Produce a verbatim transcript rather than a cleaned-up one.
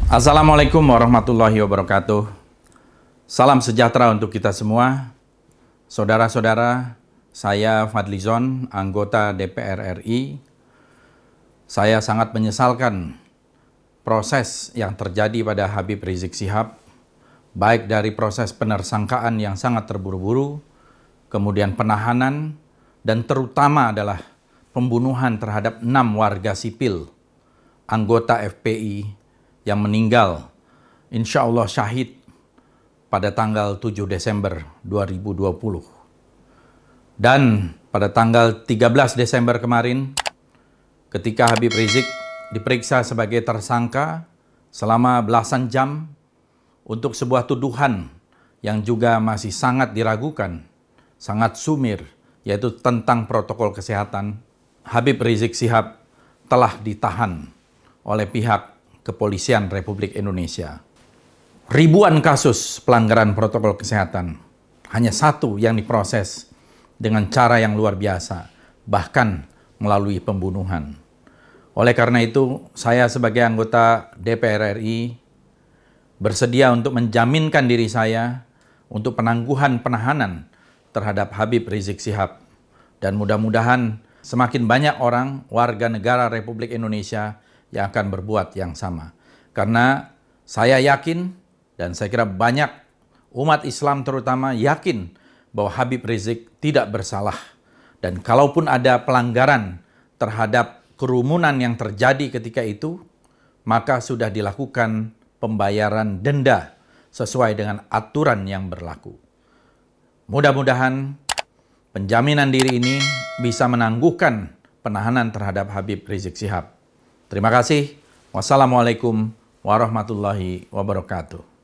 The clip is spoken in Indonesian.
Assalamualaikum warahmatullahi wabarakatuh. Salam sejahtera untuk kita semua. Saudara-saudara, saya Fadlizon, anggota D P R R I. Saya sangat menyesalkan proses yang terjadi pada Habib Rizik Syihab, baik dari proses penersangkaan yang sangat terburu-buru, kemudian penahanan, dan terutama adalah pembunuhan terhadap enam warga sipil, anggota F P I, yang meninggal, insya Allah syahid pada tanggal tujuh Desember dua ribu dua puluh. Dan pada tanggal tiga belas Desember kemarin, ketika Habib Rizik diperiksa sebagai tersangka selama belasan jam untuk sebuah tuduhan yang juga masih sangat diragukan, sangat sumir, yaitu tentang protokol kesehatan, Habib Rizik Syihab telah ditahan oleh pihak Kepolisian Republik Indonesia. Ribuan kasus pelanggaran protokol kesehatan, hanya satu yang diproses dengan cara yang luar biasa, bahkan melalui pembunuhan. Oleh karena itu, saya sebagai anggota D P R R I bersedia untuk menjaminkan diri saya untuk penangguhan penahanan terhadap Habib Rizik Syihab. Dan mudah-mudahan semakin banyak orang warga negara Republik Indonesia yang akan berbuat yang sama. Karena saya yakin, dan saya kira banyak umat Islam terutama yakin bahwa Habib Rizik tidak bersalah. Dan kalaupun ada pelanggaran terhadap kerumunan yang terjadi ketika itu, maka sudah dilakukan pembayaran denda sesuai dengan aturan yang berlaku. Mudah-mudahan penjaminan diri ini bisa menangguhkan penahanan terhadap Habib Rizik Syihab. Terima kasih. Wassalamualaikum warahmatullahi wabarakatuh.